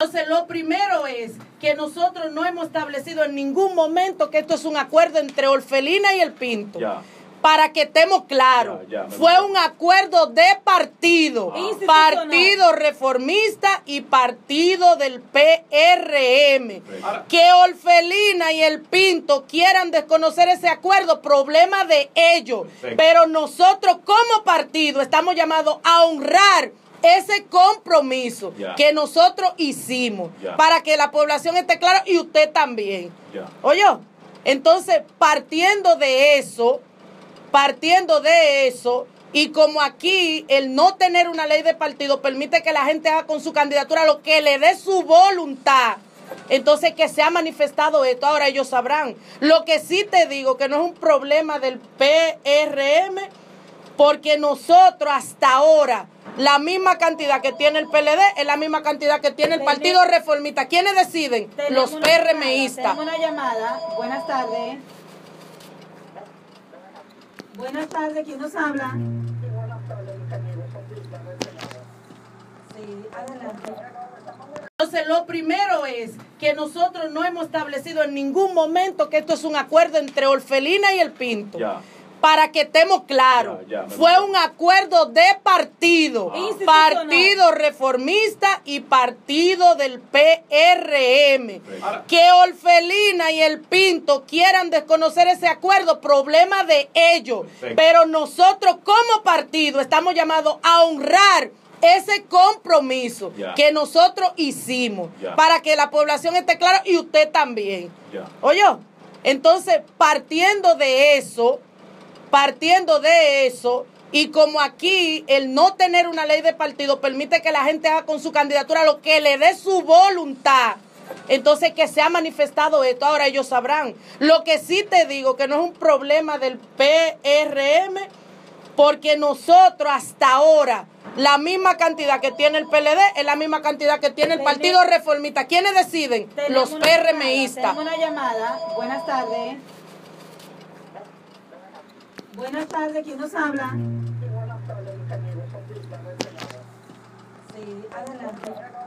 Entonces, lo primero es que nosotros no hemos establecido en ningún momento que esto es un acuerdo entre Orfelina y el Pinto. Para que estemos claros, fue un acuerdo de partido, Partido Reformista y Partido del PRM. Que Orfelina y el Pinto quieran desconocer ese acuerdo, problema de ellos. Pero nosotros como partido estamos llamados a honrar ese compromiso que nosotros hicimos para que la población esté clara y usted también. Oye, entonces partiendo de eso, y como aquí el no tener una ley de partido permite que la gente haga con su candidatura lo que le dé su voluntad, entonces que se ha manifestado esto, ahora ellos sabrán. Lo que sí te digo que no es un problema del PRM, porque nosotros hasta ahora la misma cantidad que tiene el PLD es la misma cantidad que tiene el Partido Reformista. ¿Quiénes deciden? Los PRMistas. Tenemos una llamada. Buenas tardes. Buenas tardes, ¿quién nos habla? Sí, adelante. Entonces, lo primero es que nosotros no hemos establecido en ningún momento que esto es un acuerdo entre Orfelina y el Pinto. Para que estemos claros, fue un acuerdo de partido, Partido Reformista y Partido del PRM. Que Orfelina y el Pinto quieran desconocer ese acuerdo, problema de ellos. Pero nosotros como partido estamos llamados a honrar ese compromiso que nosotros hicimos para que la población esté clara y usted también. Oye, entonces partiendo de eso, y como aquí el no tener una ley de partido permite que la gente haga con su candidatura lo que le dé su voluntad, entonces que se ha manifestado esto, ahora ellos sabrán. Lo que sí te digo que no es un problema del PRM, porque nosotros hasta ahora la misma cantidad que tiene el PLD es la misma cantidad que tiene el Partido Reformista. ¿Quiénes deciden? Los PRMistas. Tenemos una llamada. Buenas tardes. Buenas tardes, ¿quién nos habla? Sí, adelante.